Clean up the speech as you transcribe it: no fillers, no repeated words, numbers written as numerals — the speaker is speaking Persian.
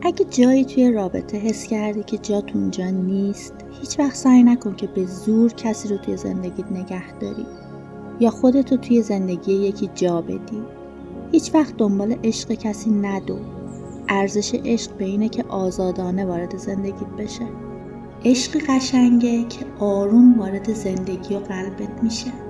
اگه جایی توی رابطه حس کردی که جات اونجا نیست، هیچ وقت سعی نکن که به زور کسی رو توی زندگیت نگه داری یا خودتو توی زندگی یکی جا بدی. هیچ وقت دنبال عشق کسی ندو. ارزش عشق به اینه که آزادانه وارد زندگیت بشه. عشق قشنگه که آروم وارد زندگی و قلبت میشه.